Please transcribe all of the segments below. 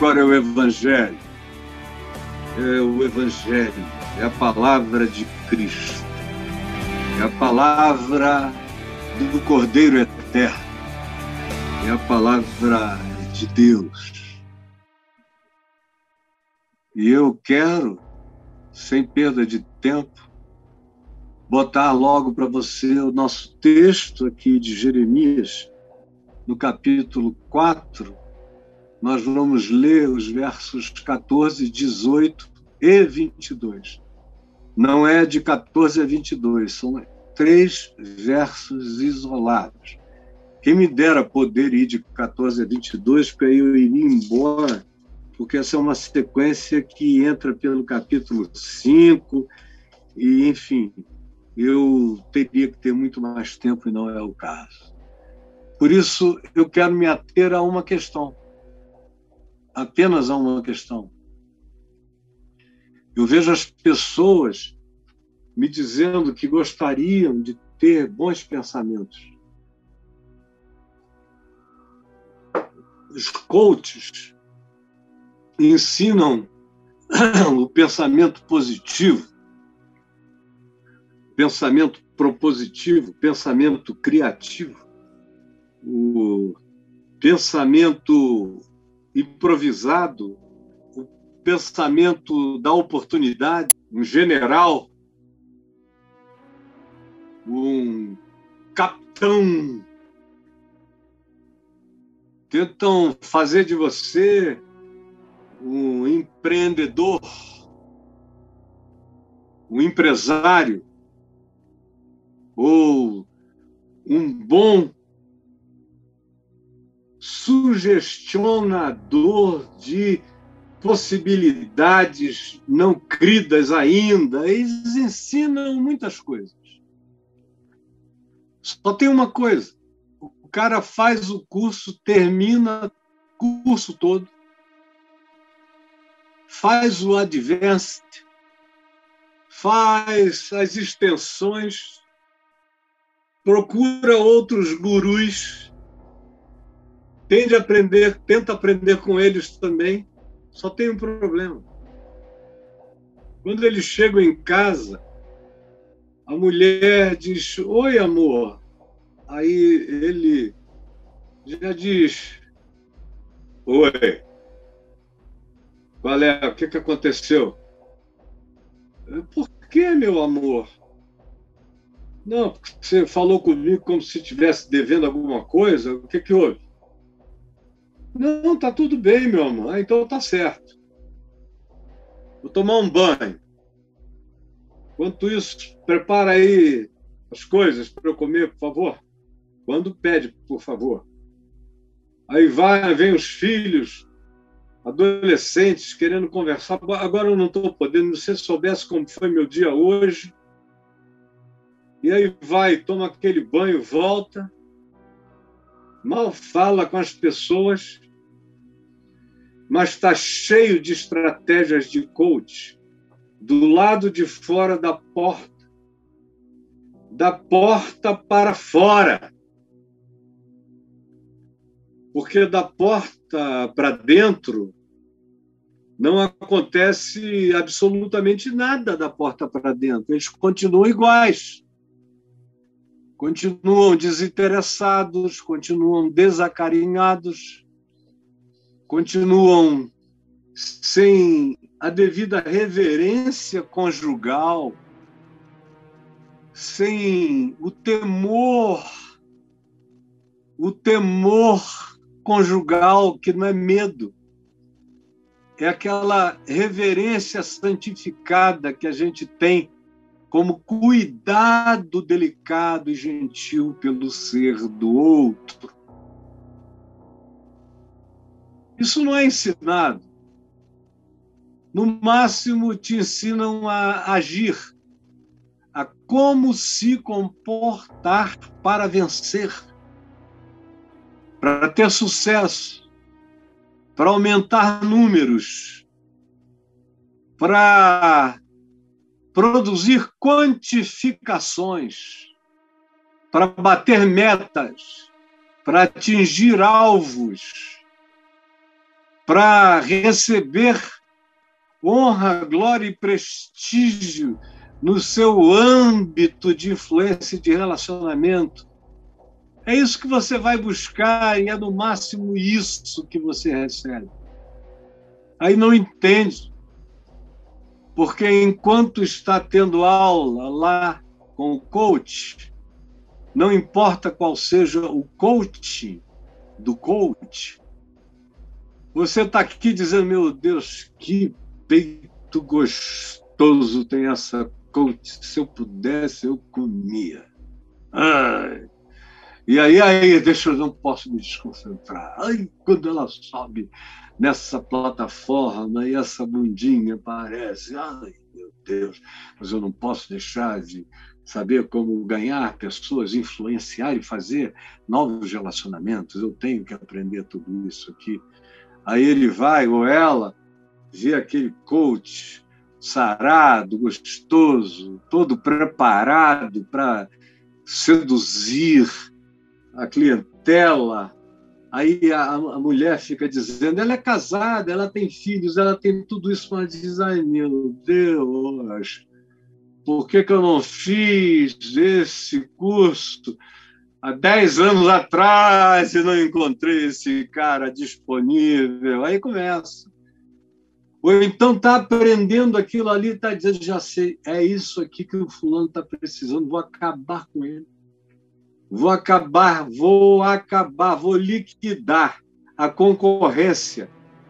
agora é o Evangelho. É o Evangelho, é a palavra de Cristo, é a palavra do Cordeiro Eterno, é a palavra de Deus. E eu quero, sem perda de tempo, botar logo para você o nosso texto aqui de Jeremias, no capítulo 4, nós vamos ler os versos 14, 18 e 22. Não é de 14 a 22, são 3 versos isolados. Quem me dera poder ir de 14 a 22, porque aí eu iria embora, porque essa é uma sequência que entra pelo capítulo 5, e, enfim, eu teria que ter muito mais tempo e não é o caso. Por isso, eu quero me ater a uma questão. Apenas a uma questão. Eu vejo as pessoas me dizendo que gostariam de ter bons pensamentos. Os coaches ensinam o pensamento positivo, pensamento propositivo, pensamento criativo, o pensamento improvisado, o pensamento da oportunidade, um general, um capitão. Tentam fazer de você um empreendedor, um empresário, ou um bom sugestionador de possibilidades não cridas ainda. Eles ensinam muitas coisas. Só tem uma coisa: o cara faz o curso, termina o curso todo, faz o advanced, faz as extensões, procura outros gurus, tenta aprender com eles também. Só tem um problema. Quando eles chegam em casa, a mulher diz: "Oi, amor". Aí ele já diz: "Oi, qual é? O que aconteceu?" "Por que, meu amor?" "Não, porque você falou comigo como se estivesse devendo alguma coisa. O que houve?" "Não, tá tudo bem, meu amor." Então tá certo. Vou tomar um banho. Enquanto isso, prepara aí as coisas para eu comer, por favor. Quando pede, por favor. Aí vem os filhos, adolescentes, querendo conversar. "Agora eu não estou podendo, se você soubesse como foi meu dia hoje." E aí toma aquele banho, volta, mal fala com as pessoas, mas está cheio de estratégias de coach do lado de fora da porta para fora. Porque da porta para dentro não acontece absolutamente nada da porta para dentro. Eles continuam iguais. Continuam desinteressados, continuam desacarinhados, continuam sem a devida reverência conjugal, sem o temor conjugal, que não é medo, é aquela reverência santificada que a gente tem como cuidado delicado e gentil pelo ser do outro. Isso não é ensinado. No máximo, te ensinam a agir, a como se comportar para vencer, para ter sucesso, para aumentar números, para produzir quantificações, para bater metas, para atingir alvos. para receber honra, glória e prestígio no seu âmbito de influência e de relacionamento. É isso que você vai buscar e é no máximo isso que você recebe. Aí não entende, porque enquanto está tendo aula lá com o coach, não importa qual seja o coach do coach, você está aqui dizendo, meu Deus, que peito gostoso tem essa coach, se eu pudesse, eu comia. Ai. E aí, deixa eu não posso me desconcentrar. Ai, quando ela sobe nessa plataforma e essa bundinha aparece, ai, meu Deus, mas eu não posso deixar de saber como ganhar pessoas, influenciar e fazer novos relacionamentos. Eu tenho que aprender tudo isso aqui. Aí ele vai, ou ela, vê aquele coach sarado, gostoso, todo preparado para seduzir a clientela. Aí a mulher fica dizendo, ela é casada, ela tem filhos, ela tem tudo isso, mas diz, ai, meu Deus, por que eu não fiz esse curso há 10 anos atrás e não encontrei esse cara disponível? Aí começa. Ou então está aprendendo aquilo ali, está dizendo, já sei, é isso aqui que o fulano está precisando, vou acabar com ele. Vou liquidar a concorrência.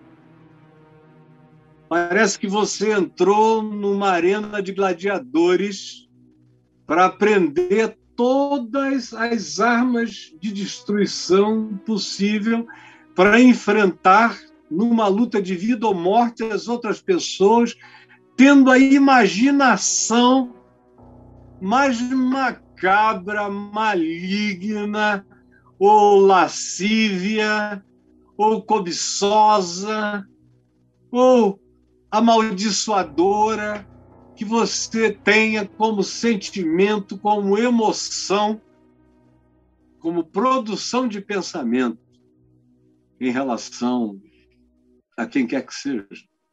Parece que você entrou numa arena de gladiadores para aprender todas as armas de destruição possível para enfrentar, numa luta de vida ou morte, as outras pessoas, tendo a imaginação mais macabra, maligna, ou lascívia, ou cobiçosa, ou amaldiçoadora que você tenha como sentimento, como emoção, como produção de pensamento em relação a quem quer que seja.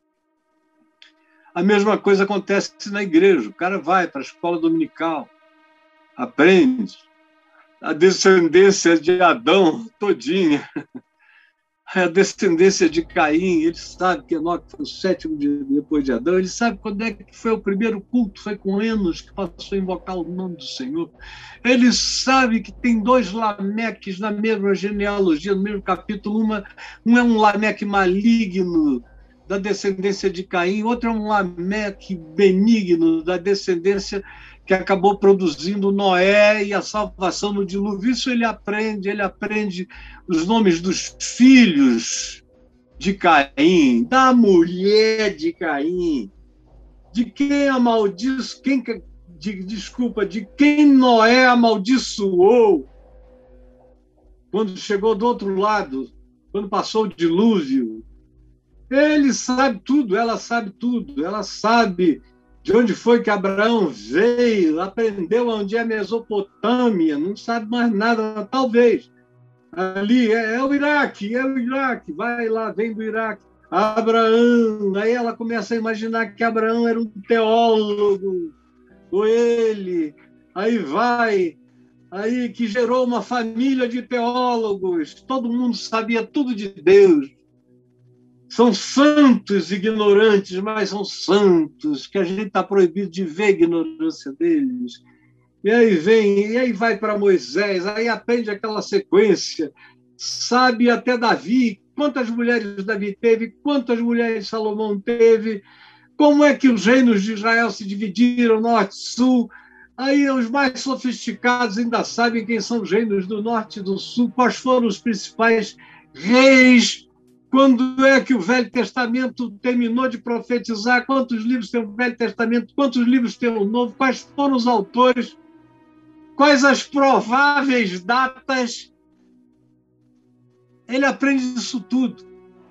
A mesma coisa acontece na igreja. O cara vai para a escola dominical, aprende a descendência de Adão todinha, a descendência de Caim. Ele sabe que Enoque foi o 7º depois de Adão. Ele sabe quando é que foi o primeiro culto, foi com Enos que passou a invocar o nome do Senhor. Ele sabe que tem 2 Lameques na mesma genealogia, no mesmo capítulo. Um é um Lameque maligno, da descendência de Caim, outro é um Lameque benigno, da descendência que acabou produzindo Noé e a salvação no dilúvio. Isso ele aprende os nomes dos filhos de Caim, da mulher de Caim, de quem de quem Noé amaldiçoou quando chegou do outro lado, quando passou o dilúvio. Ele sabe tudo, ela sabe tudo, ela sabe de onde foi que Abraão veio, aprendeu onde é a Mesopotâmia, não sabe mais nada, talvez. Ali é o Iraque, vai lá, vem do Iraque. Abraão, aí ela começa a imaginar que Abraão era um teólogo, ou ele, aí que gerou uma família de teólogos, todo mundo sabia tudo de Deus. São santos ignorantes, mas são santos, que a gente está proibido de ver a ignorância deles. E aí vai para Moisés, aí aprende aquela sequência, sabe até Davi, quantas mulheres Davi teve, quantas mulheres Salomão teve, como é que os reinos de Israel se dividiram, norte e sul. Aí os mais sofisticados ainda sabem quem são os reinos do norte e do sul, quais foram os principais reis. Quando é que o Velho Testamento terminou de profetizar? Quantos livros tem o Velho Testamento? Quantos livros tem o Novo? Quais foram os autores? Quais as prováveis datas? Ele aprende isso tudo.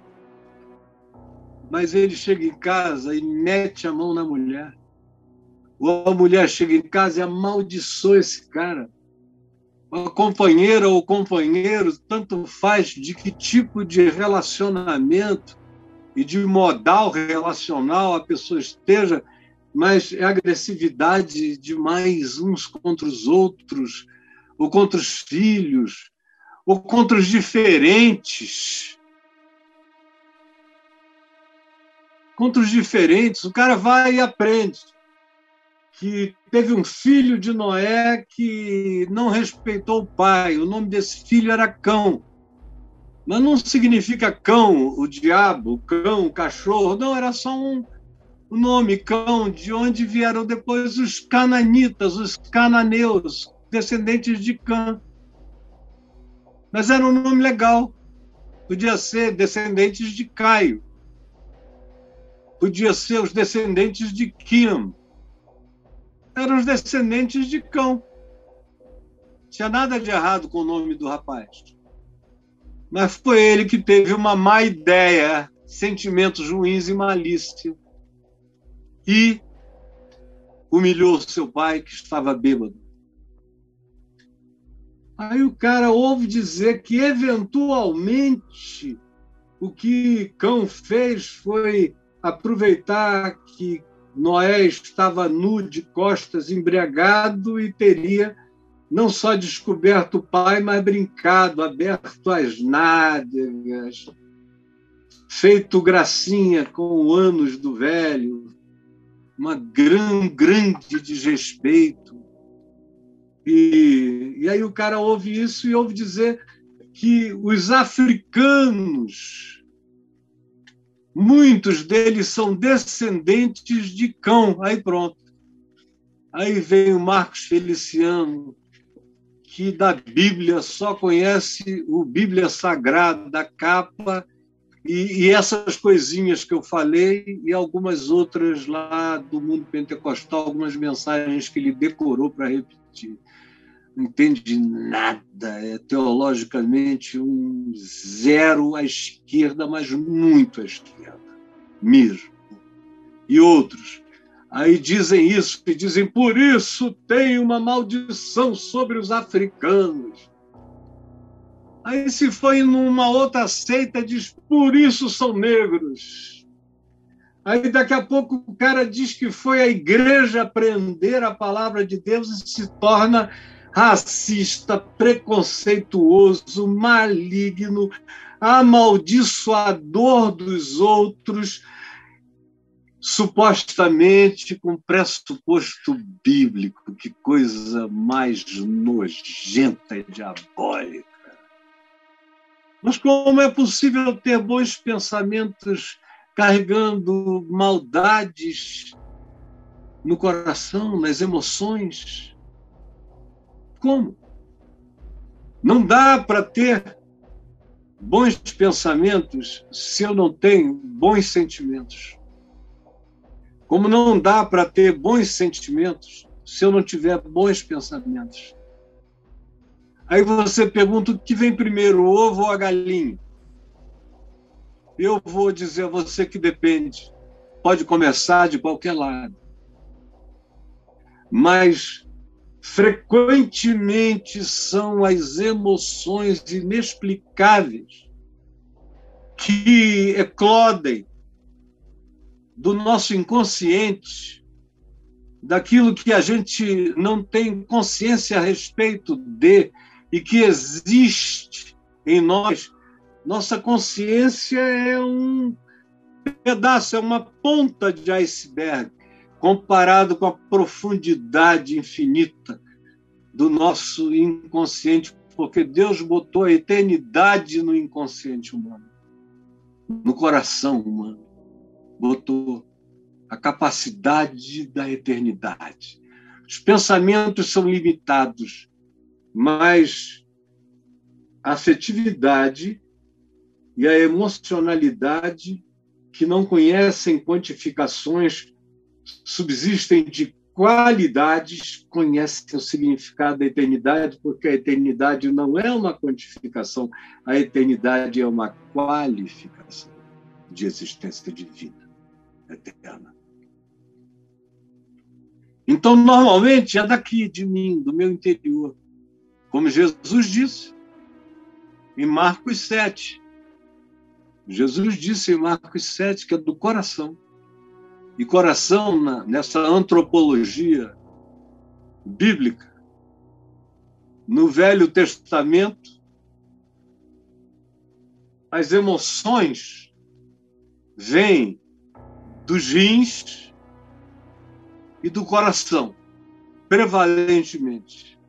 Mas ele chega em casa e mete a mão na mulher. Ou a mulher chega em casa e amaldiçoa esse cara. A companheira ou companheiro, tanto faz de que tipo de relacionamento, e de modal relacional a pessoa esteja, mas é agressividade demais uns contra os outros, ou contra os filhos, ou contra os diferentes. Contra os diferentes, o cara vai e aprende que teve um filho de Noé que não respeitou o pai. O nome desse filho era Cão. Mas não significa cão, o diabo, cão, o cachorro. Não, era só um nome, Cão, de onde vieram depois os cananitas, os cananeus, descendentes de Cã. Mas era um nome legal. Podia ser descendentes de Caio. Podia ser os descendentes de Quim. Eram os descendentes de Cão. Não tinha nada de errado com o nome do rapaz. Mas foi ele que teve uma má ideia, sentimentos ruins e malícia. E humilhou seu pai, que estava bêbado. Aí o cara ouve dizer que, eventualmente, o que Cão fez foi aproveitar que Noé estava nu, de costas, embriagado, e teria não só descoberto o pai, mas brincado, aberto as nádegas, feito gracinha com os anos do velho, uma grande desrespeito. E aí o cara ouve isso e ouve dizer que os africanos, muitos deles são descendentes de Cão. Aí pronto. Aí vem o Marcos Feliciano, que da Bíblia só conhece o Bíblia Sagrada, da capa, e essas coisinhas que eu falei, e algumas outras lá do mundo pentecostal, algumas mensagens que ele decorou para repetir. Não entende nada, é teologicamente um zero à esquerda, mas muito à esquerda, mesmo. E outros. Aí dizem isso, e dizem, por isso tem uma maldição sobre os africanos. Aí se foi numa outra seita, diz, por isso são negros. Aí daqui a pouco o cara diz que foi a igreja aprender a palavra de Deus e se torna racista, preconceituoso, maligno, amaldiçoador dos outros, supostamente com pressuposto bíblico. Que coisa mais nojenta e diabólica. Mas como é possível ter bons pensamentos carregando maldades no coração, nas emoções? Como? Não dá para ter bons pensamentos se eu não tenho bons sentimentos. Como não dá para ter bons sentimentos se eu não tiver bons pensamentos. Aí você pergunta o que vem primeiro, o ovo ou a galinha? Eu vou dizer a você que depende. Pode começar de qualquer lado. Mas frequentemente são as emoções inexplicáveis que eclodem do nosso inconsciente, daquilo que a gente não tem consciência a respeito de e que existe em nós. Nossa consciência é um pedaço, é uma ponta de iceberg, comparado com a profundidade infinita do nosso inconsciente, porque Deus botou a eternidade no inconsciente humano, no coração humano. Botou a capacidade da eternidade. Os pensamentos são limitados, mas a afetividade e a emocionalidade, que não conhecem quantificações, subsistem de qualidades, conhecem o significado da eternidade, porque a eternidade não é uma quantificação, a eternidade é uma qualificação de existência divina eterna. Então, normalmente, é daqui de mim, do meu interior. Como Jesus disse em Marcos 7, Jesus disse em Marcos 7 que é do coração. E coração, nessa antropologia bíblica, no Velho Testamento, as emoções vêm dos rins e do coração, prevalentemente.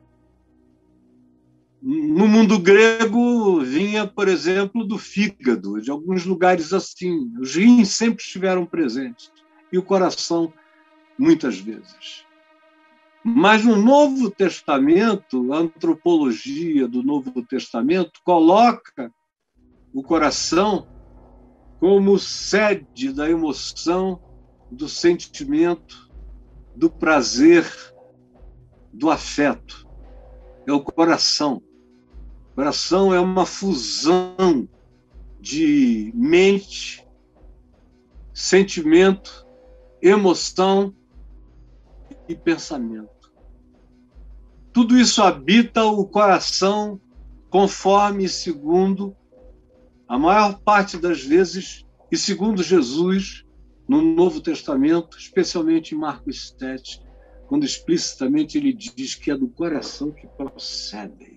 No mundo grego, vinha, por exemplo, do fígado, de alguns lugares assim. Os rins sempre estiveram presentes, e o coração, muitas vezes. Mas no Novo Testamento, a antropologia do Novo Testamento coloca o coração como sede da emoção, do sentimento, do prazer, do afeto. É o coração. O coração é uma fusão de mente, sentimento, emoção e pensamento. Tudo isso habita o coração conforme, segundo, a maior parte das vezes, e segundo Jesus, no Novo Testamento, especialmente em Marcos 7, quando explicitamente ele diz que é do coração que procedem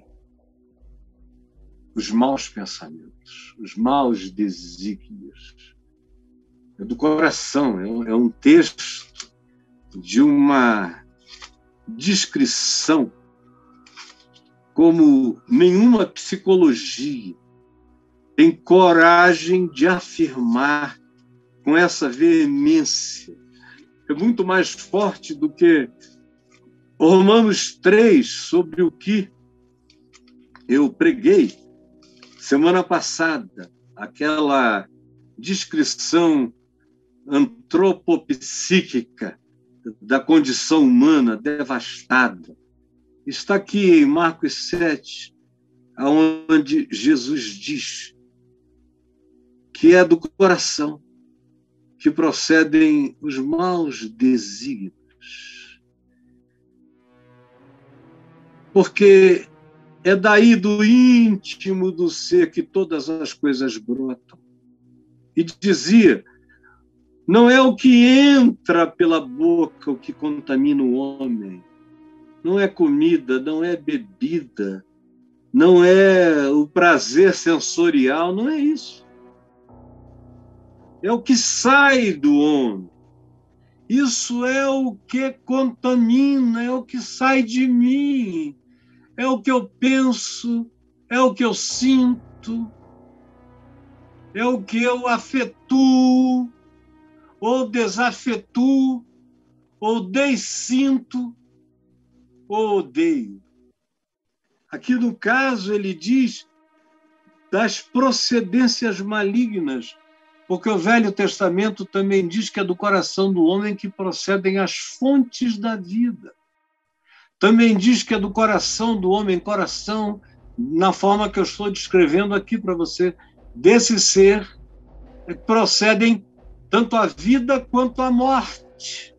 os maus pensamentos, os maus desígnios. É do coração, é um texto de uma descrição como nenhuma psicologia tem coragem de afirmar com essa veemência. É muito mais forte do que Romanos 3, sobre o que eu preguei semana passada, aquela descrição antropopsíquica da condição humana devastada. Está aqui em Marcos 7, onde Jesus diz que é do coração que procedem os maus desígnios. Porque é daí do íntimo do ser que todas as coisas brotam. E dizia, não é o que entra pela boca o que contamina o homem. Não é comida, não é bebida, não é o prazer sensorial, não é isso. É o que sai do homem. Isso é o que contamina, é o que sai de mim. É o que eu penso, é o que eu sinto, é o que eu afetuo, ou desafetuo, ou dessinto, ou odeio. Aqui no caso ele diz das procedências malignas, porque o Velho Testamento também diz que é do coração do homem que procedem as fontes da vida. Também diz que é do coração do homem, coração, na forma que eu estou descrevendo aqui para você, desse ser, procedem tanto a vida quanto a morte.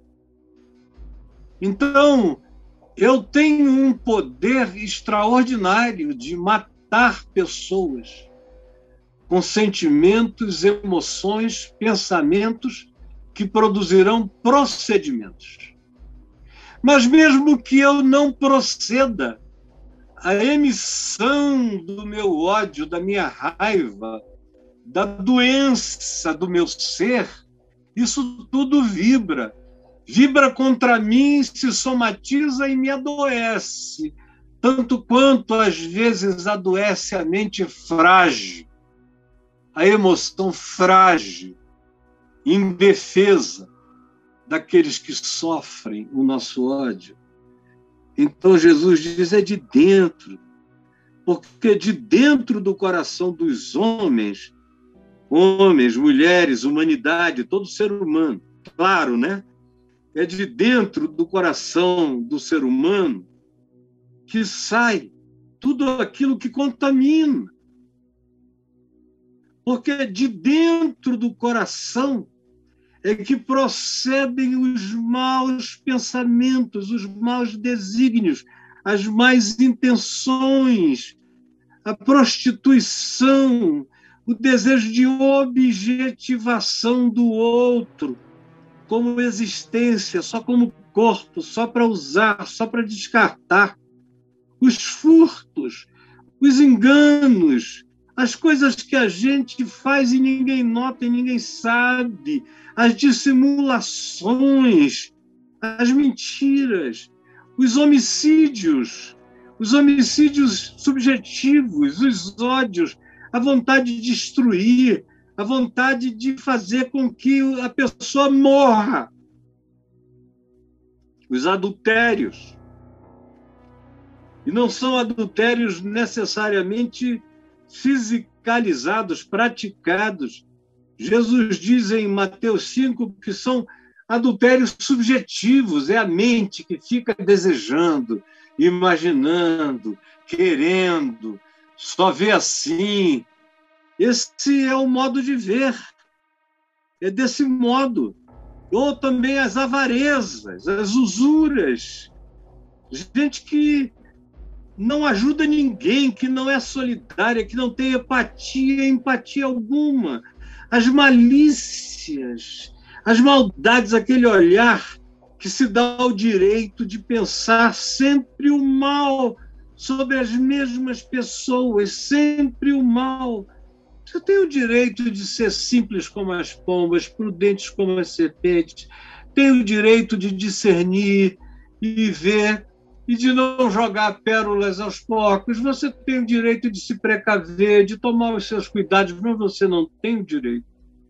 Então, eu tenho um poder extraordinário de matar pessoas com sentimentos, emoções, pensamentos que produzirão procedimentos. Mas mesmo que eu não proceda, a emissão do meu ódio, da minha raiva, da doença do meu ser, isso tudo vibra. Vibra contra mim, se somatiza e me adoece, tanto quanto às vezes adoece a mente frágil, a emoção frágil, indefesa daqueles que sofrem o nosso ódio. Então Jesus diz, é de dentro, porque de dentro do coração dos homens, mulheres, humanidade, todo ser humano, claro, né? É de dentro do coração do ser humano que sai tudo aquilo que contamina. Porque de dentro do coração é que procedem os maus pensamentos, os maus desígnios, as más intenções, a prostituição, o desejo de objetivação do outro como existência, só como corpo, só para usar, só para descartar. Os furtos, os enganos, as coisas que a gente faz e ninguém nota e ninguém sabe, as dissimulações, as mentiras, os homicídios subjetivos, os ódios, a vontade de destruir, a vontade de fazer com que a pessoa morra, os adultérios. E não são adultérios necessariamente fisicalizados, praticados. Jesus diz em Mateus 5 que são adultérios subjetivos, é a mente que fica desejando, imaginando, querendo, só vê assim. Esse é o modo de ver, é desse modo. Ou também as avarezas, as usuras, gente que não ajuda ninguém, que não é solidária, que não tem empatia alguma, as malícias, as maldades, aquele olhar que se dá o direito de pensar sempre o mal sobre as mesmas pessoas, sempre o mal. Você tem o direito de ser simples como as pombas, prudentes como as serpentes, tem o direito de discernir e ver e de não jogar pérolas aos porcos. Você tem o direito de se precaver, de tomar os seus cuidados, mas você não tem o direito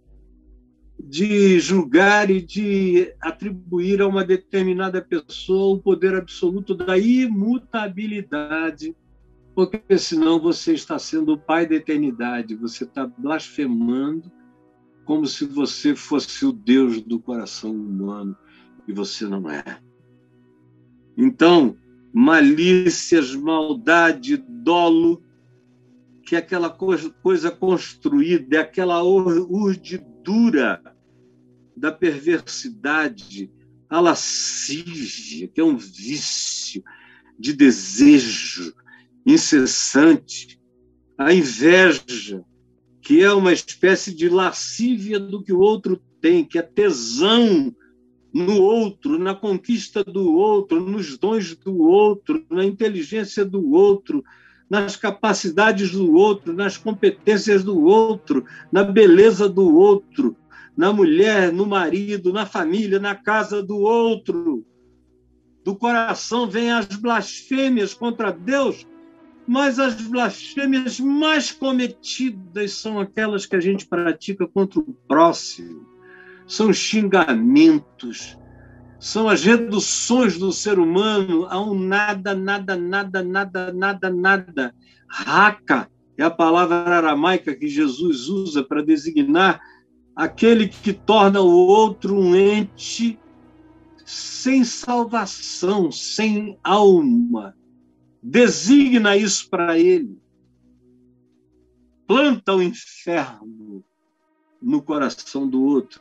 de julgar e de atribuir a uma determinada pessoa o poder absoluto da imutabilidade, porque senão você está sendo o pai da eternidade, você está blasfemando como se você fosse o Deus do coração humano, e você não é. Então, malícias, maldade, dolo, que é aquela coisa construída, é aquela urdidura da perversidade, a lascívia, que é um vício de desejo incessante, a inveja, que é uma espécie de lascívia do que o outro tem, que é tesão no outro, na conquista do outro, nos dons do outro, na inteligência do outro, nas capacidades do outro, nas competências do outro, na beleza do outro, na mulher, no marido, na família, na casa do outro. Do coração vêm as blasfêmias contra Deus, mas as blasfêmias mais cometidas são aquelas que a gente pratica contra o próximo. São xingamentos, são as reduções do ser humano a um nada, nada, nada, nada, nada, nada. Raca é a palavra aramaica que Jesus usa para designar aquele que torna o outro um ente sem salvação, sem alma. Designa isso para ele. Planta o inferno no coração do outro.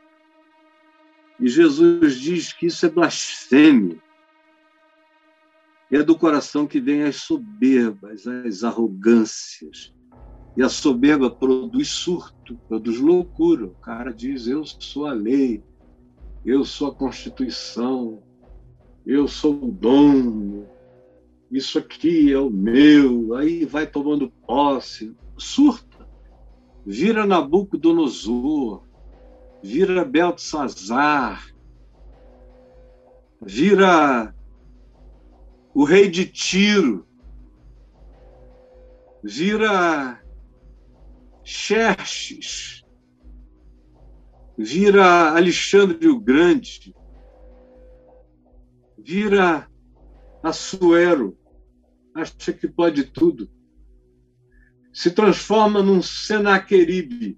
E Jesus diz que isso é blasfêmia. É do coração que vem as soberbas, as arrogâncias. E a soberba produz surto, produz loucura. O cara diz, eu sou a lei, eu sou a Constituição, eu sou o dono, isso aqui é o meu. Aí vai tomando posse, surta, vira Nabucodonosor, vira Beltesazar, vira o rei de Tiro, vira Xerxes, vira Alexandre o Grande, vira Assuero, acha que pode tudo, se transforma num Senaqueribe,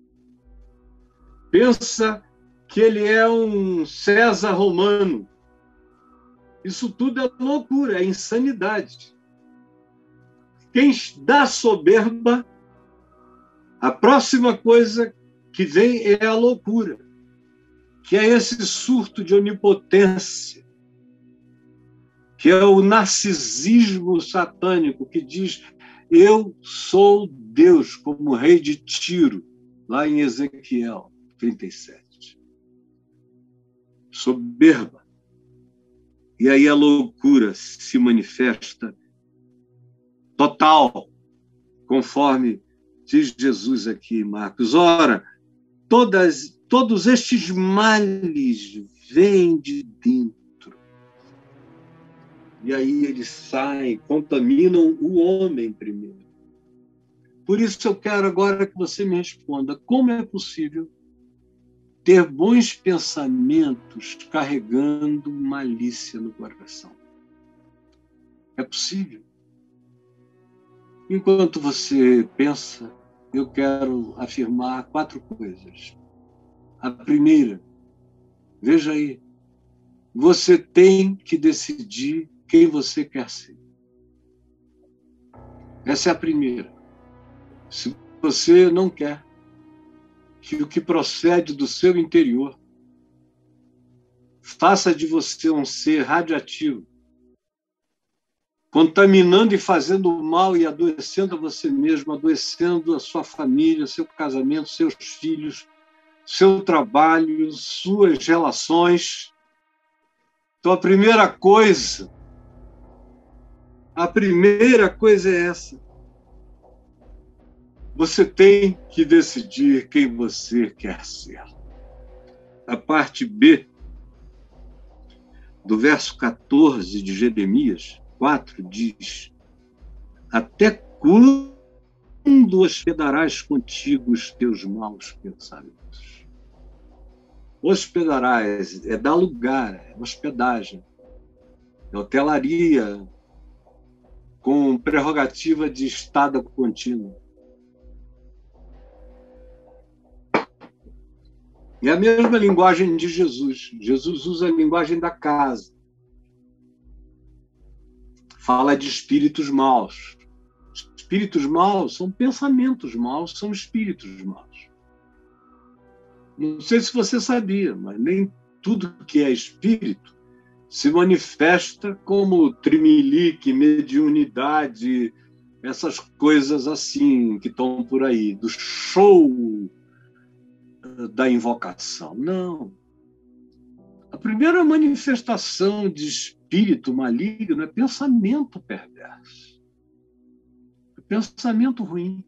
pensa que ele é um César romano. Isso tudo é loucura, é insanidade. Quem dá soberba, a próxima coisa que vem é a loucura, que é esse surto de onipotência, que é o narcisismo satânico, que diz, Eu sou Deus, como rei de Tiro, lá em Ezequiel 37. Soberba. E aí a loucura se manifesta total, conforme diz Jesus aqui em Marcos. Ora, todos estes males vêm de dentro. E aí eles saem, contaminam o homem primeiro. Por isso eu quero agora que você me responda, como é possível ter bons pensamentos carregando malícia no coração? É possível. Enquanto você pensa, eu quero afirmar 4 coisas. A primeira, veja aí, você tem que decidir quem você quer ser. Essa é a primeira. Se você não quer que o que procede do seu interior faça de você um ser radioativo, contaminando e fazendo mal e adoecendo a você mesmo, adoecendo a sua família, seu casamento, seus filhos, seu trabalho, suas relações. Então, a primeira coisa é essa. Você tem que decidir quem você quer ser. A parte B do verso 14 de Jeremias 4 diz: até quando hospedarás contigo os teus maus pensamentos? Hospedarás é dar lugar, é hospedagem, é hotelaria com prerrogativa de estada contínua. É a mesma linguagem de Jesus. Jesus usa a linguagem da casa. Fala de espíritos maus. Espíritos maus são pensamentos maus, são espíritos maus. Não sei se você sabia, mas nem tudo que é espírito se manifesta como trimelique, mediunidade, essas coisas assim que estão por aí, do show da invocação. Não. A primeira manifestação de espírito maligno é pensamento perverso. É pensamento ruim.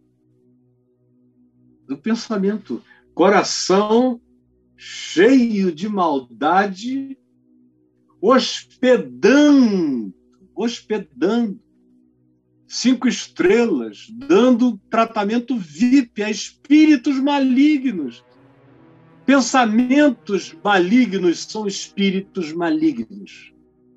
Do pensamento. Coração cheio de maldade, hospedando 5 estrelas, dando tratamento VIP a espíritos malignos. Pensamentos malignos são espíritos malignos.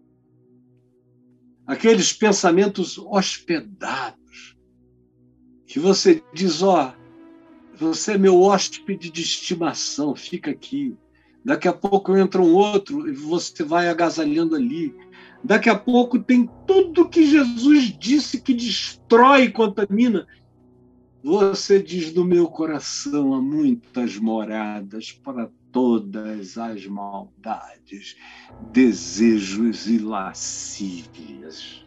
Aqueles pensamentos hospedados, que você diz, você é meu hóspede de estimação, fica aqui. Daqui a pouco entra um outro e você vai agasalhando ali. Daqui a pouco tem tudo que Jesus disse que destrói e contamina. Você diz, no meu coração há muitas moradas para todas as maldades, desejos e lascívias.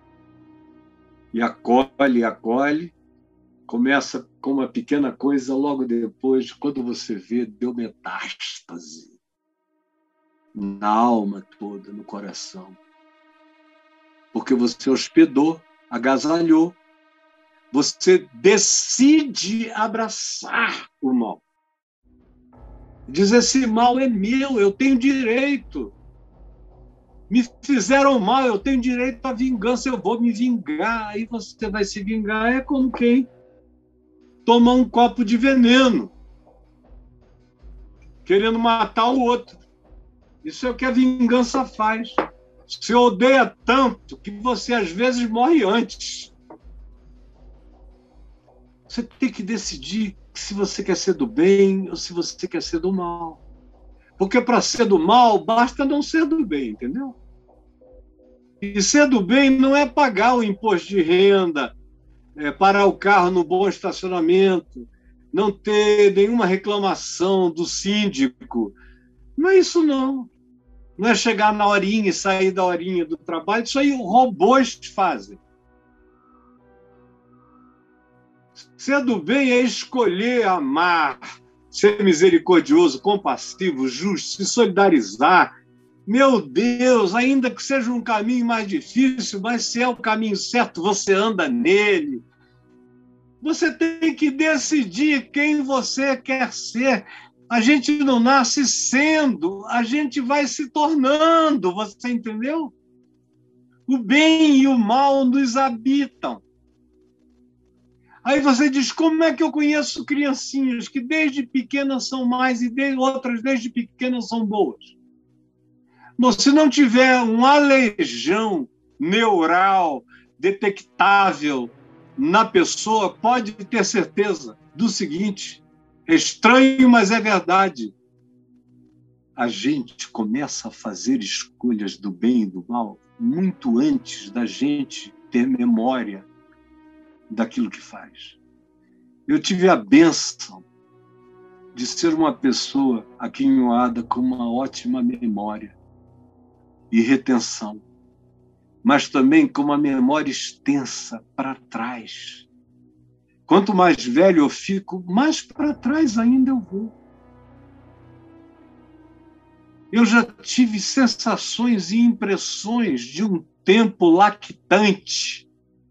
E acolhe, começa com uma pequena coisa, logo depois, quando você vê, deu metástase na alma toda, no coração. Porque você hospedou, agasalhou, você decide abraçar o mal. Diz, esse mal é meu, eu tenho direito. Me fizeram mal, eu tenho direito à vingança, eu vou me vingar. Aí você vai se vingar, é como quem toma um copo de veneno, querendo matar o outro. Isso é o que a vingança faz. Você odeia tanto que você às vezes morre antes. Você tem que decidir se você quer ser do bem ou se você quer ser do mal. Porque para ser do mal, basta não ser do bem, entendeu? E ser do bem não é pagar o imposto de renda, parar o carro no bom estacionamento, não ter nenhuma reclamação do síndico. Não é isso, não. Não é chegar na horinha e sair da horinha do trabalho. Isso aí robôs fazem. Ser do bem é escolher amar, ser misericordioso, compassivo, justo, se solidarizar. Meu Deus, ainda que seja um caminho mais difícil, mas se é o caminho certo, você anda nele. Você tem que decidir quem você quer ser. A gente não nasce sendo, a gente vai se tornando, você entendeu? O bem e o mal nos habitam. Aí você diz, como é que eu conheço criancinhas que desde pequenas são mais e outras desde pequenas são boas? Bom, se não tiver um aleijão neural detectável na pessoa, pode ter certeza do seguinte, é estranho, mas é verdade. A gente começa a fazer escolhas do bem e do mal muito antes da gente ter memória daquilo que faz. Eu tive a bênção de ser uma pessoa aquinhoada com uma ótima memória e retenção, mas também com uma memória extensa para trás. Quanto mais velho eu fico, mais para trás ainda eu vou. Eu já tive sensações e impressões de um tempo lactante,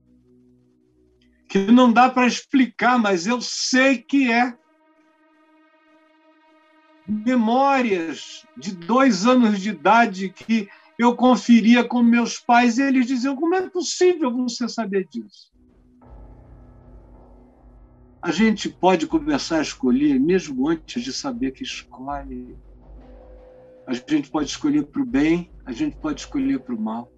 que não dá para explicar, mas eu sei que é. Memórias de 2 anos de idade que eu conferia com meus pais e eles diziam, como é possível você saber disso? A gente pode começar a escolher mesmo antes de saber que escolhe. A gente pode escolher para o bem, a gente pode escolher para o mal.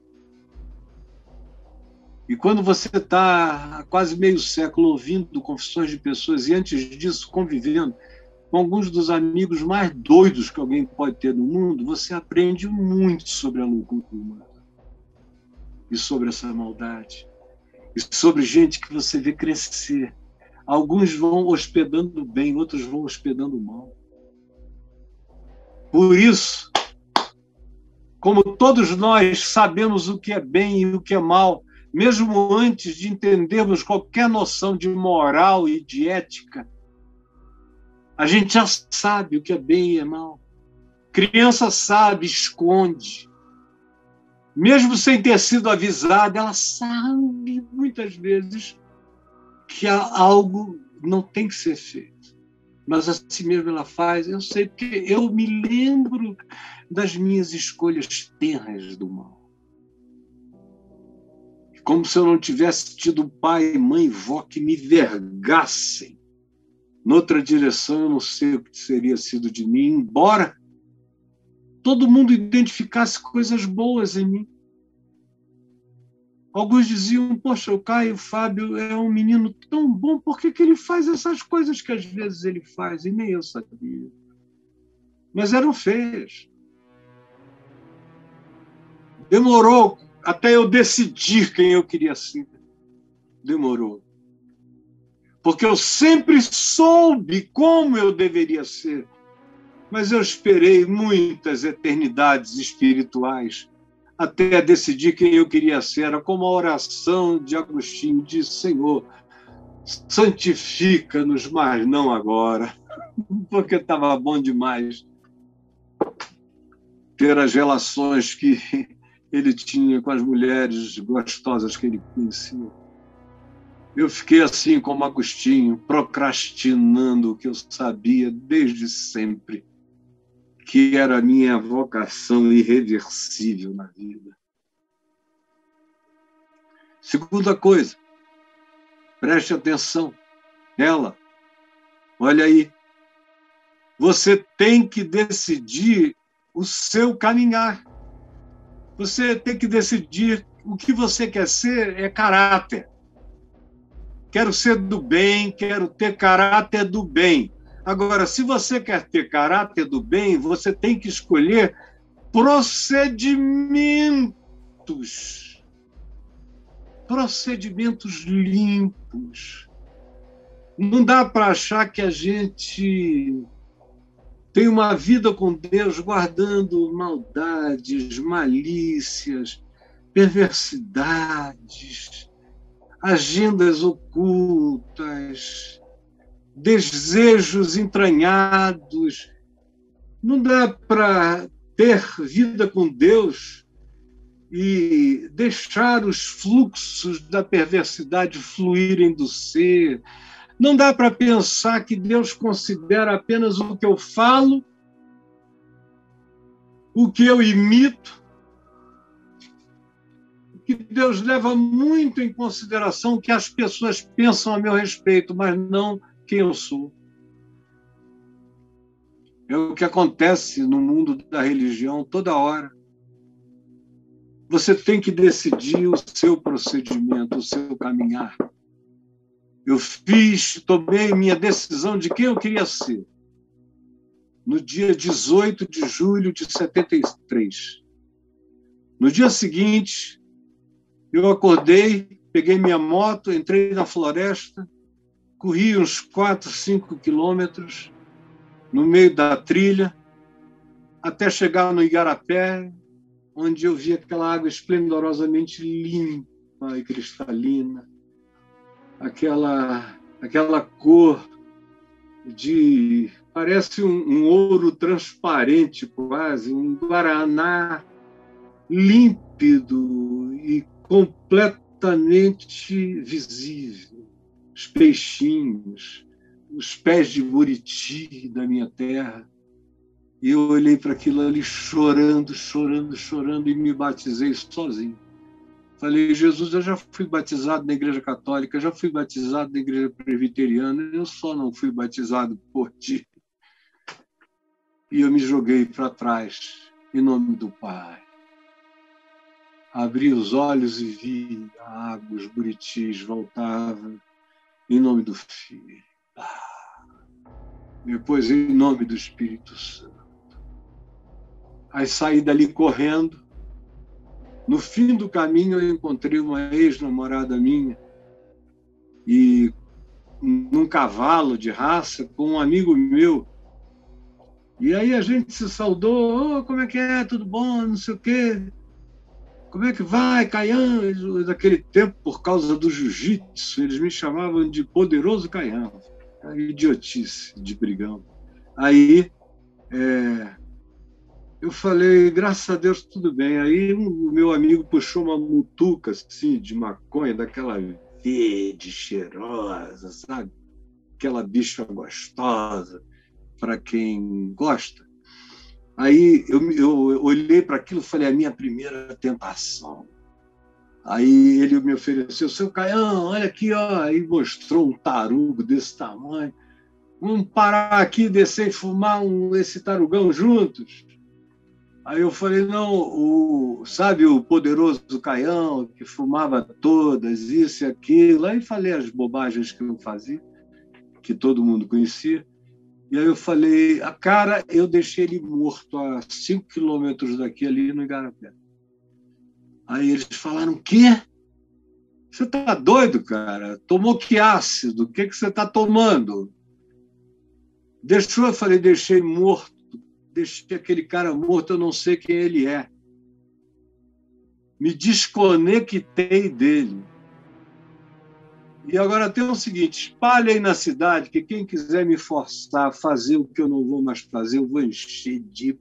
E quando você está há quase meio século ouvindo confissões de pessoas e antes disso convivendo com alguns dos amigos mais doidos que alguém pode ter no mundo, você aprende muito sobre a loucura humana e sobre essa maldade e sobre gente que você vê crescer. Alguns vão hospedando bem, outros vão hospedando mal. Por isso, como todos nós sabemos o que é bem e o que é mal, mesmo antes de entendermos qualquer noção de moral e de ética, a gente já sabe o que é bem e é mal. Criança sabe, esconde. Mesmo sem ter sido avisada, ela sabe muitas vezes que algo não tem que ser feito. Mas assim mesmo ela faz. Eu sei porque eu me lembro das minhas escolhas tenras do mal. Como se eu não tivesse tido pai, mãe e vó que me vergassem. Noutra direção, eu não sei o que teria sido de mim, embora todo mundo identificasse coisas boas em mim. Alguns diziam, poxa, o Caio Fábio é um menino tão bom, por que ele faz essas coisas que às vezes ele faz? E nem eu sabia. Mas eram feias. Demorou até eu decidir quem eu queria ser. Demorou. Porque eu sempre soube como eu deveria ser. Mas eu esperei muitas eternidades espirituais até decidir quem eu queria ser. Era como a oração de Agostinho, diz, Senhor, santifica-nos, mas não agora, porque estava bom demais ter as relações que ele tinha com as mulheres gostosas que ele conhecia. Eu fiquei assim como Agostinho, procrastinando o que eu sabia desde sempre, que era a minha vocação irreversível na vida. Segunda coisa, preste atenção, olha aí, você tem que decidir o seu caminhar. Você tem que decidir o que você quer ser é caráter. Quero ser do bem, quero ter caráter do bem. Agora, se você quer ter caráter do bem, você tem que escolher procedimentos. Procedimentos limpos. Não dá para achar que a gente tem uma vida com Deus guardando maldades, malícias, perversidades, agendas ocultas, desejos entranhados. Não dá para ter vida com Deus e deixar os fluxos da perversidade fluírem do ser. Não dá para pensar que Deus considera apenas o que eu falo, o que eu imito, que Deus leva muito em consideração o que as pessoas pensam a meu respeito, mas não quem eu sou. É o que acontece no mundo da religião toda hora. Você tem que decidir o seu procedimento, o seu caminhar. Eu tomei minha decisão de quem eu queria ser no dia 18 de julho de 73. No dia seguinte, eu acordei, peguei minha moto, entrei na floresta, corri uns 4, 5 quilômetros no meio da trilha, até chegar no Igarapé, onde eu vi aquela água esplendorosamente limpa e cristalina, aquela cor de... parece um ouro transparente quase, um guaraná límpido e completamente visível. Os peixinhos, os pés de buriti da minha terra. E eu olhei para aquilo ali chorando, chorando, chorando e me batizei sozinho. Falei, Jesus, eu já fui batizado na Igreja Católica, já fui batizado na Igreja Presbiteriana, eu só não fui batizado por ti. E eu me joguei para trás, em nome do Pai. Abri os olhos e vi a água, os buritis voltavam, em nome do Filho. Depois, em nome do Espírito Santo. Aí saí dali correndo. No fim do caminho, eu encontrei uma ex-namorada minha e num cavalo de raça com um amigo meu. E aí a gente se saudou. Oh, como é que é? Tudo bom? Não sei o quê. Como é que vai, Caian? Daquele tempo, por causa do jiu-jitsu, eles me chamavam de Poderoso Caian. Idiotice de brigão. Aí eu falei, graças a Deus, tudo bem. Aí o meu amigo puxou uma mutuca assim, de maconha, daquela verde, cheirosa, sabe? Aquela bicha gostosa, para quem gosta. Aí eu olhei para aquilo e falei, a minha primeira tentação. Aí ele me ofereceu, seu Caião, olha aqui, ó. Aí mostrou um tarugo desse tamanho. Vamos parar aqui, descer e fumar esse tarugão juntos? Aí eu falei, não, sabe o Poderoso Caião, que fumava todas, isso e aquilo. Aí falei as bobagens que eu fazia, que todo mundo conhecia. E aí eu falei, cara, eu deixei ele morto a 5 quilômetros daqui, ali no Igarapé. Aí eles falaram, o quê? Você tá doido, cara? Tomou que ácido? O que você tá tomando? Eu falei, deixei morto. Deixei aquele cara morto, eu não sei quem ele é. Me desconectei dele. E agora tem o seguinte, espalhe aí na cidade que quem quiser me forçar a fazer o que eu não vou mais fazer, eu vou encher de...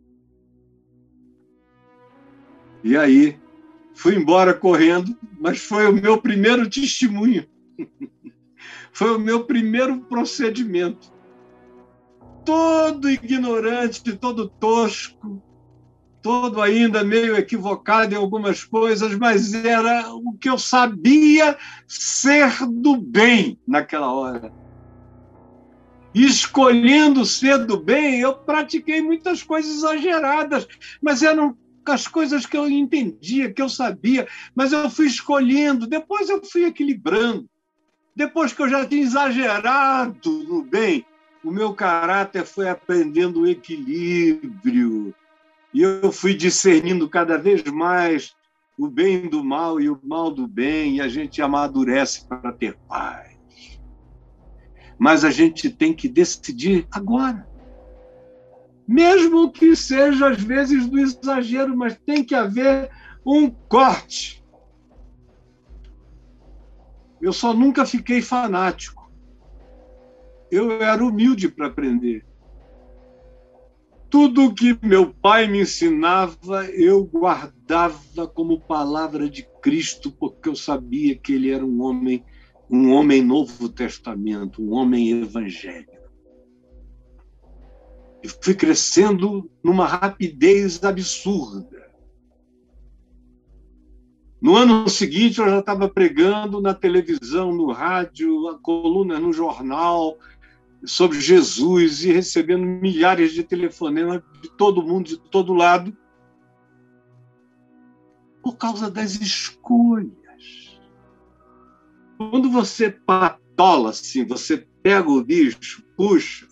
E aí, fui embora correndo, mas foi o meu primeiro testemunho. Foi o meu primeiro procedimento. Todo ignorante, todo tosco, todo ainda meio equivocado em algumas coisas, mas era o que eu sabia ser do bem naquela hora. E escolhendo ser do bem, eu pratiquei muitas coisas exageradas, mas eram as coisas que eu entendia, que eu sabia, mas eu fui escolhendo, depois eu fui equilibrando. Depois que eu já tinha exagerado no bem, o meu caráter foi aprendendo o equilíbrio. E eu fui discernindo cada vez mais o bem do mal e o mal do bem, e a gente amadurece para ter paz. Mas a gente tem que decidir agora. Mesmo que seja, às vezes, do exagero, mas tem que haver um corte. Eu só nunca fiquei fanático. Eu era humilde para aprender. Tudo que meu pai me ensinava, eu guardava como palavra de Cristo, porque eu sabia que ele era um homem Novo Testamento, um homem evangélico. E fui crescendo numa rapidez absurda. No ano seguinte, eu já estava pregando na televisão, no rádio, a coluna no jornal sobre Jesus e recebendo milhares de telefonemas de todo mundo, de todo lado, por causa das escolhas. Quando você patola assim, você pega o bicho, puxa.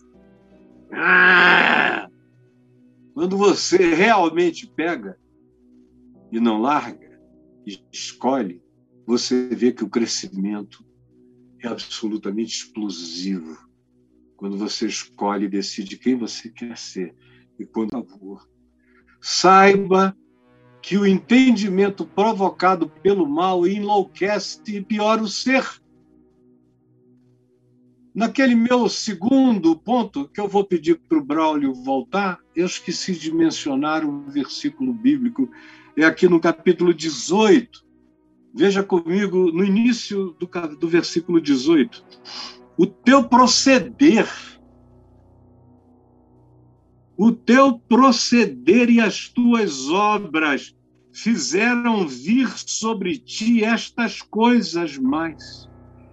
Quando você realmente pega e não larga, e escolhe, você vê que o crescimento é absolutamente explosivo. Quando você escolhe e decide quem você quer ser. E, por favor, saiba que o entendimento provocado pelo mal enlouquece e piora o ser. Naquele meu segundo ponto, que eu vou pedir para o Braulio voltar, eu esqueci de mencionar um versículo bíblico, é aqui no capítulo 18. Veja comigo, no início do versículo 18. O teu proceder e as tuas obras fizeram vir sobre ti estas coisas mais.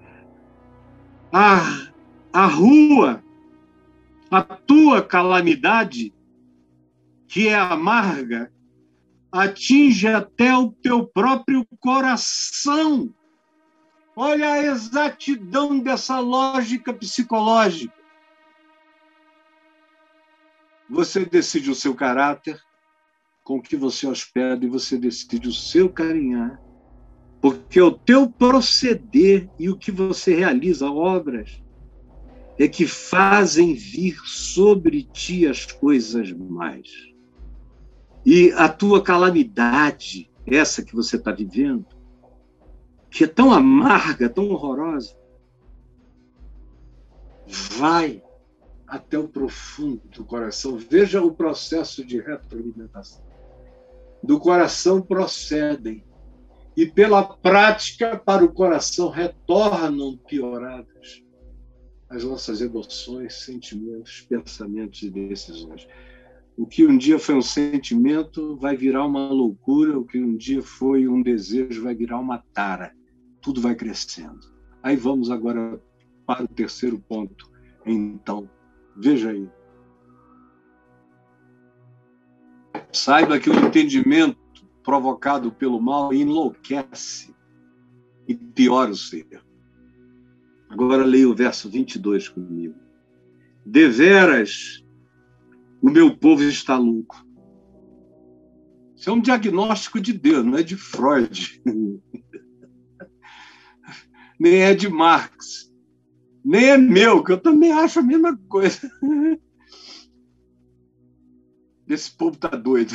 A rua, a tua calamidade, que é amarga, atinge até o teu próprio coração. Olha a exatidão dessa lógica psicológica. Você decide o seu caráter, com o que você hospeda, e você decide o seu caminhar, porque o teu proceder e o que você realiza, obras, é que fazem vir sobre ti as coisas mais. E a tua calamidade, essa que você está vivendo, que é tão amarga, tão horrorosa, vai até o profundo do coração. Veja o processo de retroalimentação. Do coração procedem, e pela prática para o coração retornam pioradas as nossas emoções, sentimentos, pensamentos e decisões. O que um dia foi um sentimento vai virar uma loucura, o que um dia foi um desejo vai virar uma tara. Tudo vai crescendo. Aí vamos agora para o terceiro ponto. Então, veja aí. Saiba que o entendimento provocado pelo mal enlouquece e piora o ser. Agora leia o verso 22 comigo. Deveras, o meu povo está louco. Isso é um diagnóstico de Deus, não é de Freud. Nem é de Marx. Nem é meu, que eu também acho a mesma coisa. Esse povo está doido.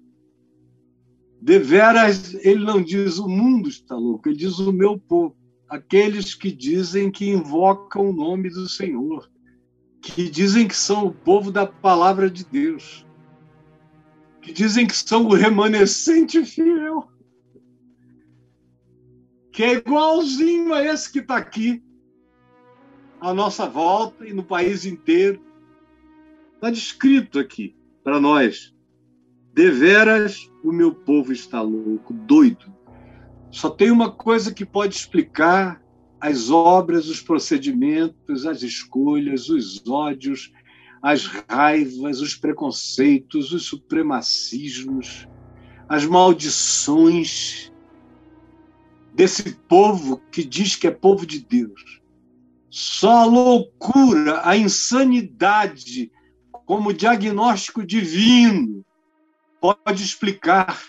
Deveras, ele não diz o mundo está louco, ele diz o meu povo. Aqueles que dizem que invocam o nome do Senhor, que dizem que são o povo da palavra de Deus, que dizem que são o remanescente fiel, que é igualzinho a esse que está aqui, à nossa volta e no país inteiro. Está descrito aqui para nós. Deveras, o meu povo está louco, doido. Só tem uma coisa que pode explicar as obras, os procedimentos, as escolhas, os ódios, as raivas, os preconceitos, os supremacismos, as maldições desse povo que diz que é povo de Deus. Só a loucura, a insanidade, como diagnóstico divino, pode explicar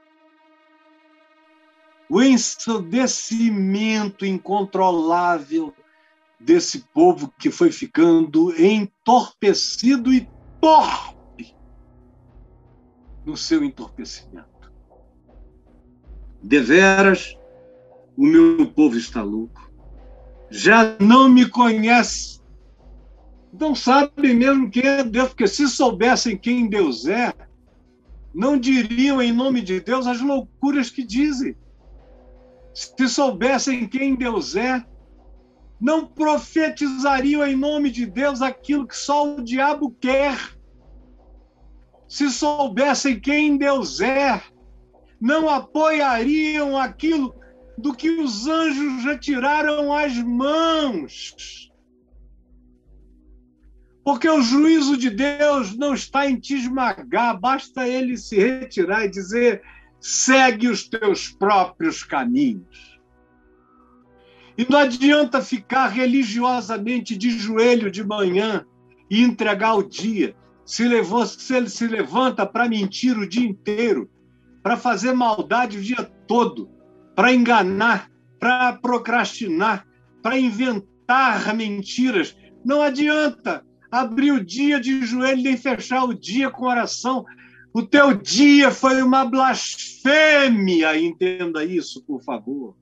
o ensandecimento incontrolável desse povo que foi ficando entorpecido e torpe no seu entorpecimento. Deveras, o meu povo está louco. já não me conhece. Não sabem mesmo quem é Deus, porque se soubessem quem Deus é, não diriam em nome de Deus as loucuras que dizem. Se soubessem quem Deus é, não profetizariam em nome de Deus aquilo que só o diabo quer. Se soubessem quem Deus é, não apoiariam aquilo do que os anjos já tiraram as mãos. Porque o juízo de Deus não está em te esmagar, basta ele se retirar e dizer: segue os teus próprios caminhos. E não adianta ficar religiosamente de joelho de manhã e entregar o dia. Se ele se levanta para mentir o dia inteiro, para fazer maldade o dia todo, para enganar, para procrastinar, para inventar mentiras. Não adianta abrir o dia de joelho nem fechar o dia com oração. O teu dia foi uma blasfêmia, entenda isso, por favor.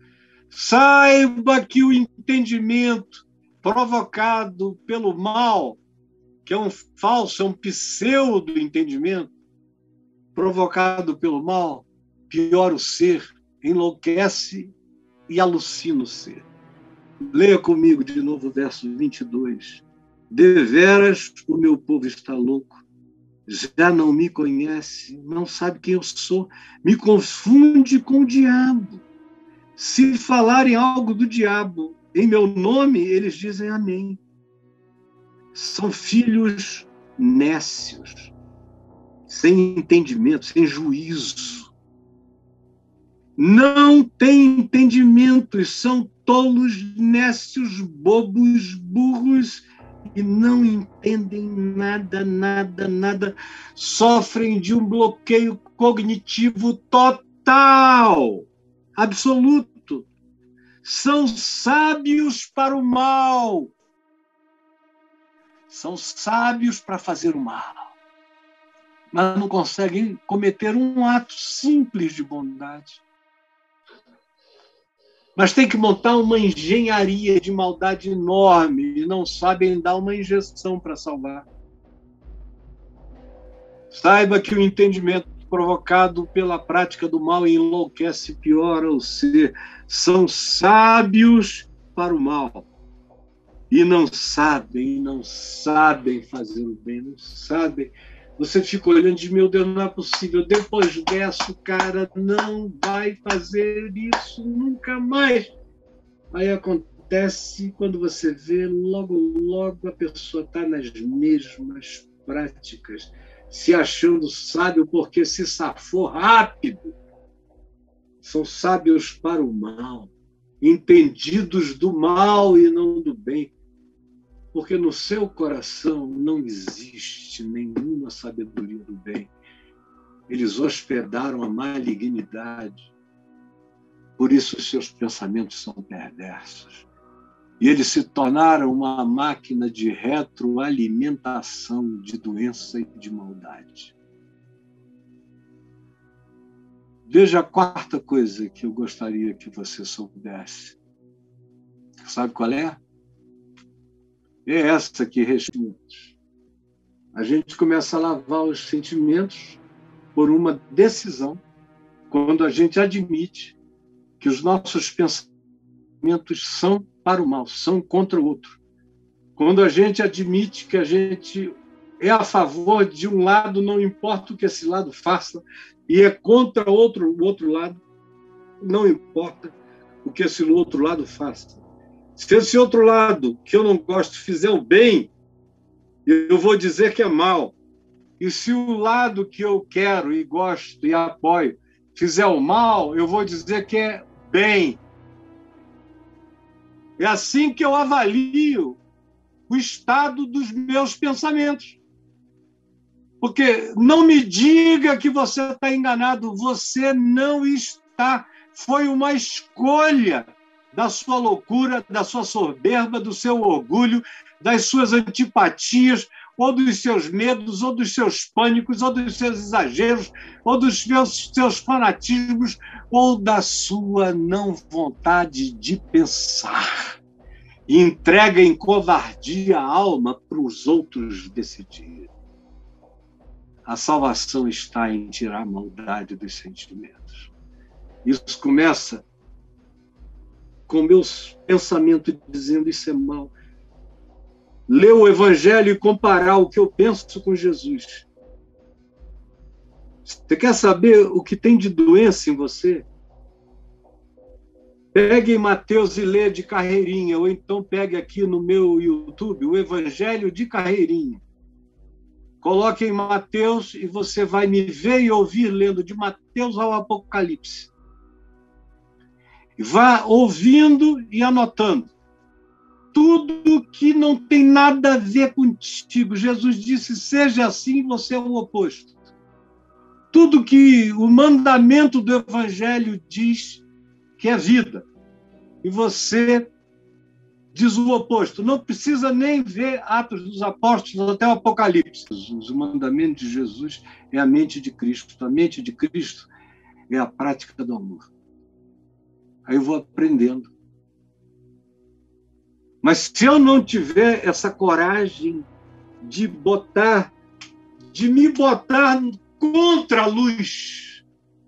Saiba que o entendimento provocado pelo mal, que é um falso, é um pseudo-entendimento, provocado pelo mal, piora o ser, enlouquece e alucina o ser. Leia comigo de novo o verso 22. Deveras o meu povo está louco, já não me conhece, não sabe quem eu sou, me confunde com o diabo. Se falarem algo do diabo em meu nome, eles dizem amém. São filhos nécios, sem entendimento, sem juízo. Não têm entendimento e são tolos, nécios, bobos, burros, e não entendem nada, nada, nada. Sofrem de um bloqueio cognitivo total, absoluto. São sábios para o mal. São sábios para fazer o mal, mas não conseguem cometer um ato simples de bondade. Mas tem que montar uma engenharia de maldade enorme e não sabem dar uma injeção para salvar. Saiba que o entendimento provocado pela prática do mal enlouquece, piora o ser. São sábios para o mal. E não sabem fazer o bem, não sabem. Você fica olhando e diz: meu Deus, não é possível. Depois dessa, o cara não vai fazer isso nunca mais. Aí acontece, quando você vê, logo, logo a pessoa está nas mesmas práticas, se achando sábio porque se safou rápido. São sábios para o mal, entendidos do mal e não do bem. Porque no seu coração não existe nenhuma sabedoria do bem. Eles hospedaram a malignidade. Por isso os seus pensamentos são perversos. E eles se tornaram uma máquina de retroalimentação de doença e de maldade. Veja a quarta coisa que eu gostaria que você soubesse. Sabe qual é? É essa que responde. A gente começa a lavar os sentimentos por uma decisão, quando a gente admite que os nossos pensamentos são para o mal, são contra o outro. Quando a gente admite que a gente é a favor de um lado, não importa o que esse lado faça, e é contra o outro lado, não importa o que esse outro lado faça. Se esse outro lado, que eu não gosto, fizer o bem, eu vou dizer que é mal. E se o lado que eu quero e gosto e apoio fizer o mal, eu vou dizer que é bem. É assim que eu avalio o estado dos meus pensamentos. Porque não me diga que você está enganado, você não está. Foi uma escolha da sua loucura, da sua soberba, do seu orgulho, das suas antipatias, ou dos seus medos, ou dos seus pânicos, ou dos seus exageros, ou dos seus fanatismos, ou da sua não vontade de pensar. e entrega em covardia a alma para os outros decidirem. A salvação está em tirar a maldade dos sentimentos. Isso começa com meus pensamentos dizendo isso é mal. Ler o Evangelho e comparar o que eu penso com Jesus. Você quer saber o que tem de doença em você? Pegue em Mateus e lê de carreirinha, ou então pegue aqui no meu YouTube o Evangelho de carreirinha. Coloque em Mateus e você vai me ver e ouvir lendo de Mateus ao Apocalipse. Vá ouvindo e anotando. Tudo que não tem nada a ver contigo. Jesus disse, seja assim, você é o oposto. Tudo que o mandamento do Evangelho diz que é vida. E você diz o oposto. Não precisa nem ver Atos dos Apóstolos até o Apocalipse. Os mandamentos de Jesus é a mente de Cristo. A mente de Cristo é a prática do amor. Aí eu vou aprendendo. Mas se eu não tiver essa coragem de me botar contra a luz,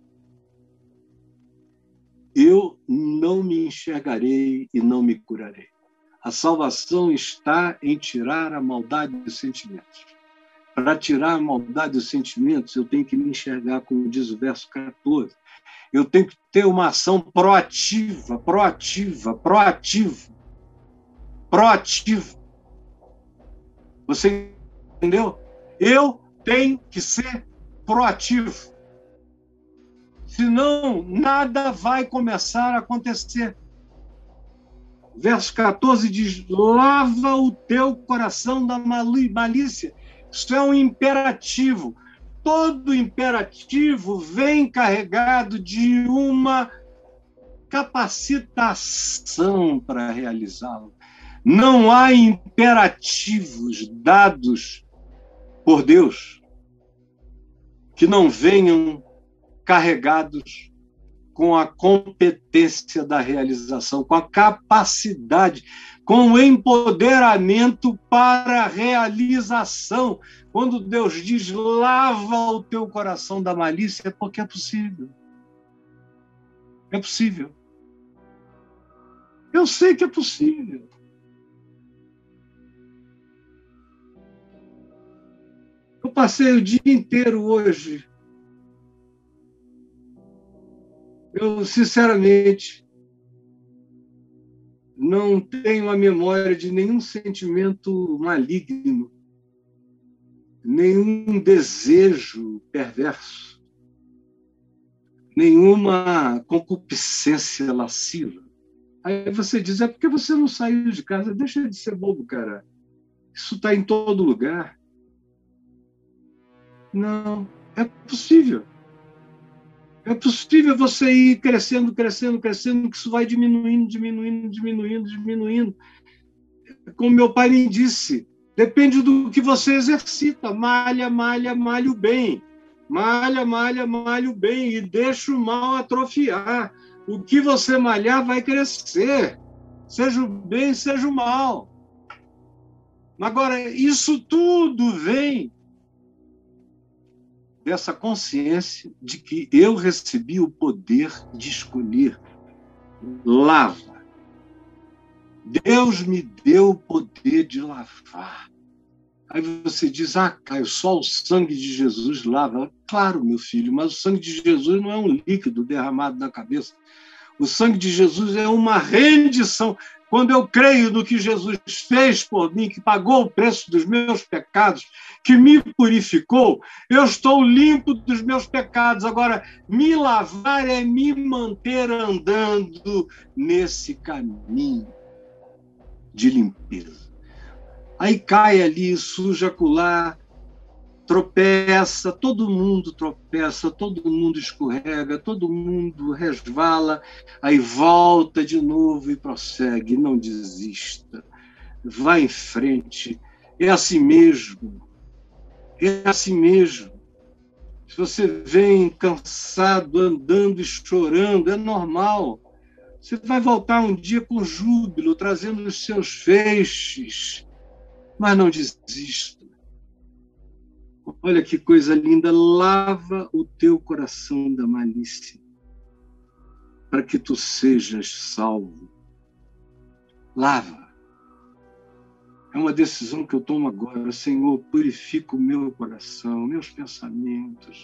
eu não me enxergarei e não me curarei. A salvação está em tirar a maldade dos sentimentos. Para tirar a maldade dos sentimentos, eu tenho que me enxergar, como diz o verso 14. Eu tenho que ter uma ação proativa. Você entendeu? Eu tenho que ser proativo. Senão, nada vai começar a acontecer. Verso 14 diz, lava o teu coração da malícia. Isso é um imperativo. Todo imperativo vem carregado de uma capacitação para realizá-lo. Não há imperativos dados por Deus que não venham carregados com a competência da realização, com a capacidade, com o empoderamento para a realização. Quando Deus diz, lava o teu coração da malícia, é porque é possível. É possível. Eu sei que é possível. Eu passei o dia inteiro hoje. Eu, sinceramente, não tenho a memória de nenhum sentimento maligno, nenhum desejo perverso, nenhuma concupiscência lasciva. Aí você diz, é porque você não saiu de casa. Deixa de ser bobo, cara. Isso está em todo lugar. Não, é possível. É possível você ir crescendo, que isso vai diminuindo. Como meu pai me disse, depende do que você exercita. Malha o bem. Malha o bem e deixa o mal atrofiar. O que você malhar vai crescer. Seja o bem, seja o mal. Agora, isso tudo vem dessa consciência de que eu recebi o poder de escolher. Lava. Deus me deu o poder de lavar. Aí você diz, Caio, só o sangue de Jesus lava. Claro, meu filho, mas o sangue de Jesus não é um líquido derramado na cabeça. O sangue de Jesus é uma rendição. Quando eu creio no que Jesus fez por mim, que pagou o preço dos meus pecados, que me purificou, eu estou limpo dos meus pecados. Agora, me lavar é me manter andando nesse caminho de limpeza. Aí cai ali, suja acolá, tropeça, todo mundo tropeça, todo mundo escorrega, todo mundo resvala, aí volta de novo e prossegue, não desista, vai em frente, é assim mesmo, é assim mesmo. Se você vem cansado, andando e chorando, é normal, Você vai voltar um dia com júbilo, trazendo os seus feixes, mas não desista. Olha que coisa linda, lava o teu coração da malícia, para que tu sejas salvo. Lava. É uma decisão que eu tomo agora. Senhor, purifica o meu coração, meus pensamentos.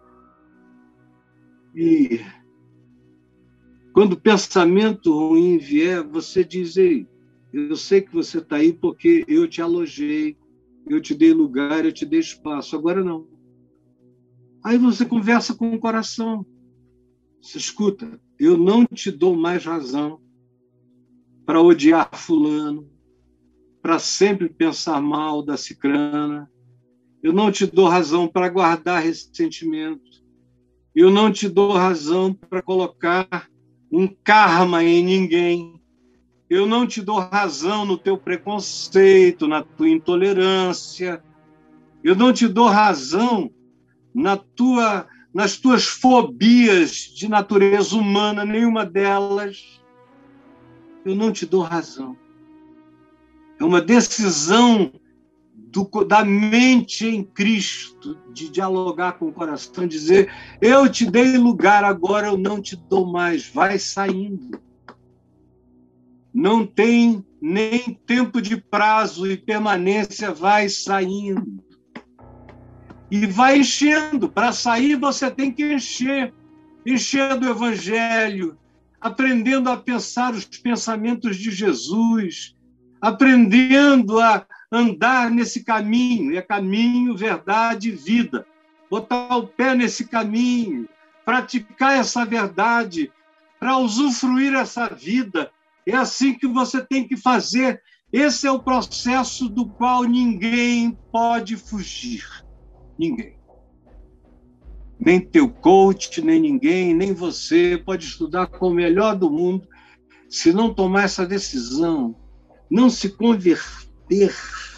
E quando o pensamento ruim vier, você diz: ei, eu sei que você está aí porque eu te alojei, eu te dei lugar, eu te dei espaço. Agora não. Aí você conversa com o coração. Você escuta: eu não te dou mais razão para odiar fulano, para sempre pensar mal da cicrana. Eu não te dou razão para guardar ressentimento. Eu não te dou razão para colocar um karma em ninguém. Eu não te dou razão no teu preconceito, na tua intolerância. Eu não te dou razão nas tuas fobias de natureza humana, nenhuma delas. Eu não te dou razão. É uma decisão da mente em Cristo, de dialogar com o coração, dizer: eu te dei lugar, agora eu não te dou mais. Vai saindo. Não tem nem tempo de prazo e permanência, vai saindo. E vai enchendo. Para sair, você tem que encher. Encher do Evangelho, aprendendo a pensar os pensamentos de Jesus, aprendendo a andar nesse caminho, é caminho, verdade e vida. Botar o pé nesse caminho, praticar essa verdade, para usufruir essa vida. É assim que você tem que fazer. Esse é o processo do qual ninguém pode fugir. Ninguém. Nem teu coach, nem ninguém, nem você pode estudar com o melhor do mundo se não tomar essa decisão, não se converter.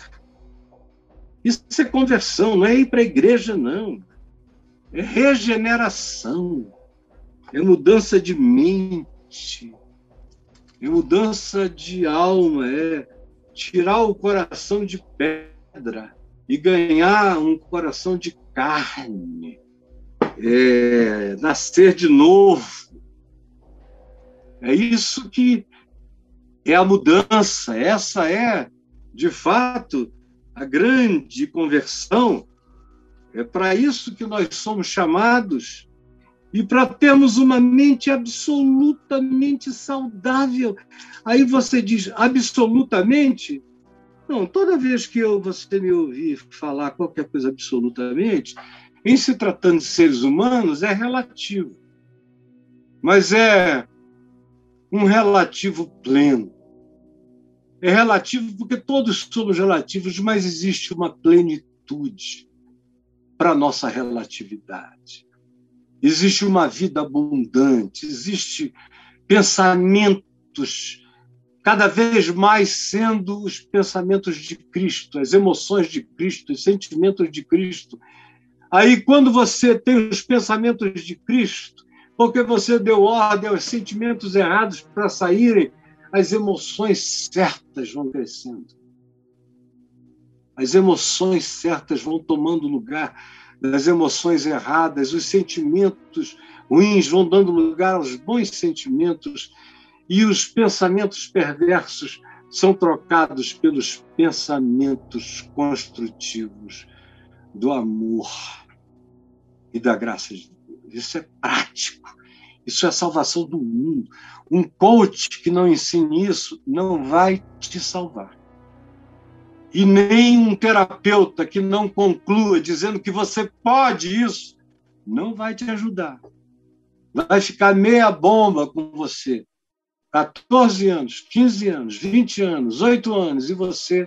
Isso é conversão, não é ir para a igreja, não. É regeneração, é mudança de mente, é mudança de alma, é tirar o coração de pedra e ganhar um coração de carne, é nascer de novo. É isso que é a mudança. Essa é, de fato, a grande conversão. É para isso que nós somos chamados e para termos uma mente absolutamente saudável. Aí você diz: absolutamente? Não, toda vez que você me ouvir falar qualquer coisa absolutamente, em se tratando de seres humanos, é relativo. Mas é um relativo pleno. É relativo porque todos somos relativos, mas existe uma plenitude para a nossa relatividade. Existe uma vida abundante, existe pensamentos cada vez mais sendo os pensamentos de Cristo, as emoções de Cristo, os sentimentos de Cristo. Aí, quando você tem os pensamentos de Cristo, porque você deu ordem aos sentimentos errados para saírem, as emoções certas vão crescendo. As emoções certas vão tomando lugar das emoções erradas, os sentimentos ruins vão dando lugar aos bons sentimentos e os pensamentos perversos são trocados pelos pensamentos construtivos do amor e da graça de Deus. Isso é prático. Isso é a salvação do mundo. Um coach que não ensine isso não vai te salvar. E nem um terapeuta que não conclua dizendo que você pode isso, não vai te ajudar. Vai ficar meia bomba com você. 14 anos, 15 anos, 20 anos, 8 anos, e você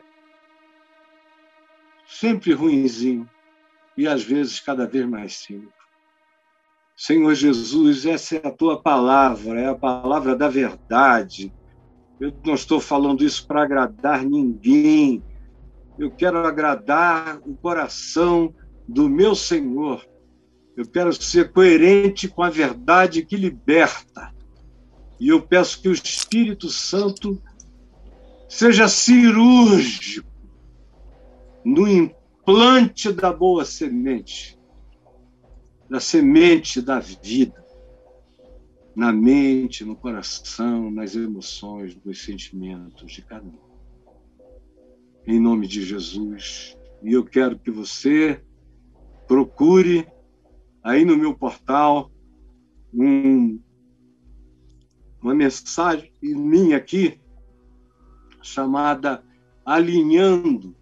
sempre ruinzinho. E às vezes cada vez mais cínico. Senhor Jesus, essa é a tua palavra, é a palavra da verdade. Eu não estou falando isso para agradar ninguém. Eu quero agradar o coração do meu Senhor. Eu quero ser coerente com a verdade que liberta. E eu peço que o Espírito Santo seja cirúrgico no implante da boa semente, da semente da vida, na mente, no coração, nas emoções, nos sentimentos de cada um. Em nome de Jesus. E eu quero que você procure aí no meu portal uma mensagem minha aqui chamada Alinhando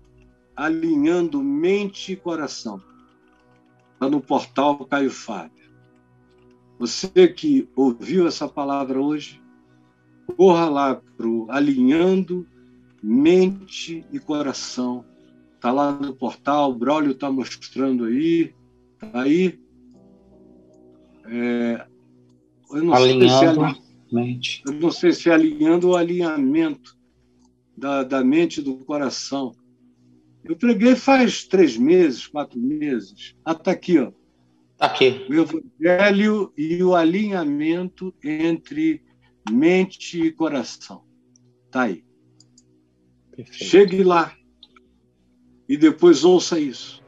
Mente e Coração. Está no portal Caio Fábio. Você que ouviu essa palavra hoje, corra lá para o Alinhando Mente e Coração. Está lá no portal, o Braulio está mostrando aí. Tá aí. Eu não sei se é alinhando ou alinhamento da mente e do coração. Eu preguei faz 3 meses, 4 meses. Está aqui, ó. Aqui. O Evangelho e o alinhamento entre mente e coração. Está aí. Perfeito. Chegue lá e depois ouça isso.